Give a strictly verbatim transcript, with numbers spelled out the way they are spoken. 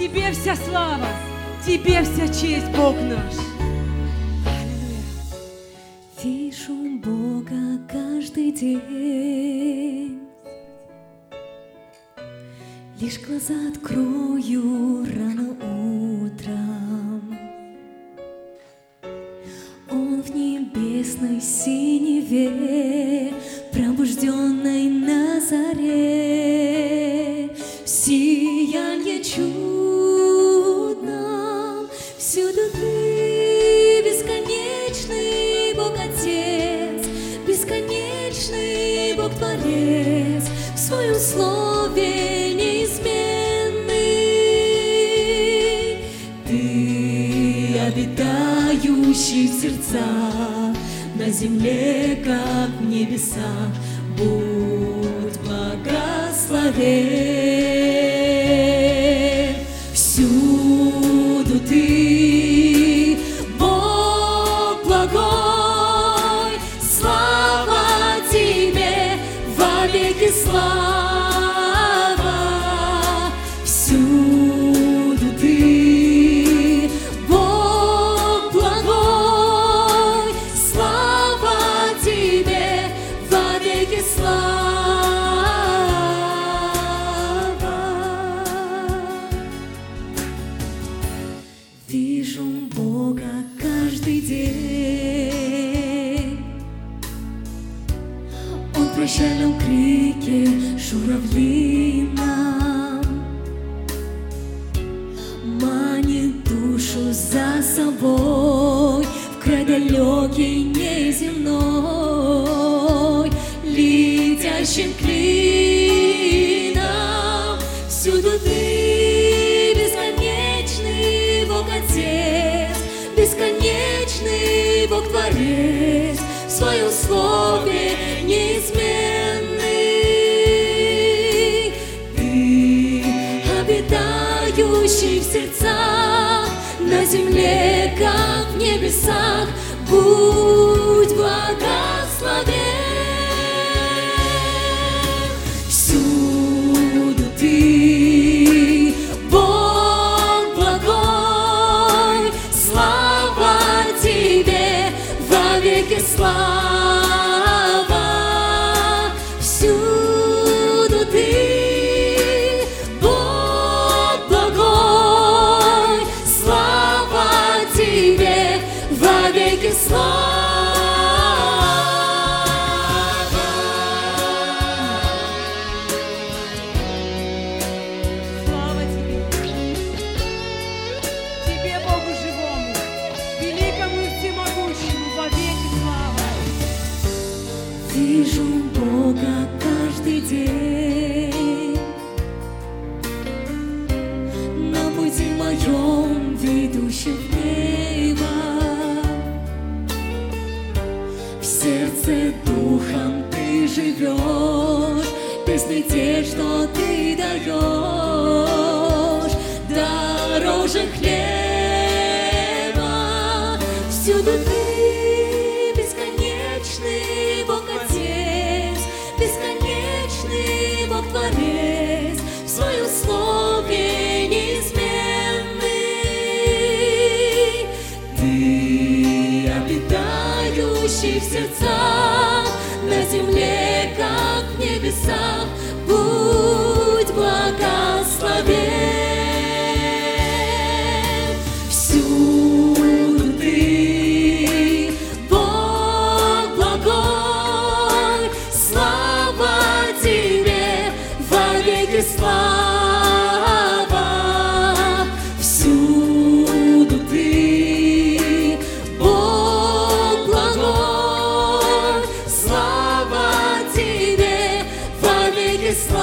Тебе вся слава, Тебе вся честь, Бог наш. Аллилуйя. Вижу Бога каждый день, лишь глаза открою рано утром. Он в небесной синеве, пробужденной на заре, сиянье чудном. Всюду Ты, бесконечный Бог Отец, бесконечный Бог Творец, в Своем слове неизменный. Ты, обитающий в сердцах, на земле, как в небесах, будь благословен. Всюду Ты, Бог благой, слава Тебе, вовеки слава. Всюду Ты, Бог благой, слава Тебе, вовеки слава. Вижу Бога каждый день, Он в прощальном крике журавлином манит душу за собой в край далекий неземной, летящим клином. Всюду Ты, бесконечный Бог Отец, бесконечный Бог Творец, в Своем слове неизменный. Ты, обитающий в сердцах, на земле, как в небесах, будь благословен. Всюду Ты, Бог благой, слава Тебе, вовеки слава. Всюду Ты, Бог благой, слава Тебе, вовеки слава. Слава Тебе, Тебе, Богу живому, великому и всемогущему, вовеки слава. Вижу Бога каждый день, на пути моем, ведущем в небо. В сердце духом Ты живешь, песни те, что Ты даешь, дороже хлеба. Всюду Ты, бесконечный Бог Отец, бесконечный Бог Творец, в Своем слове неизменный. Ты, обитающий в сердцах, на земле, как в небесах, будь благословен. Всюду Ты, Бог благой, слава Тебе, вовеки слава. Всюду Ты, Бог благой, слава Тебе, вовеки слава.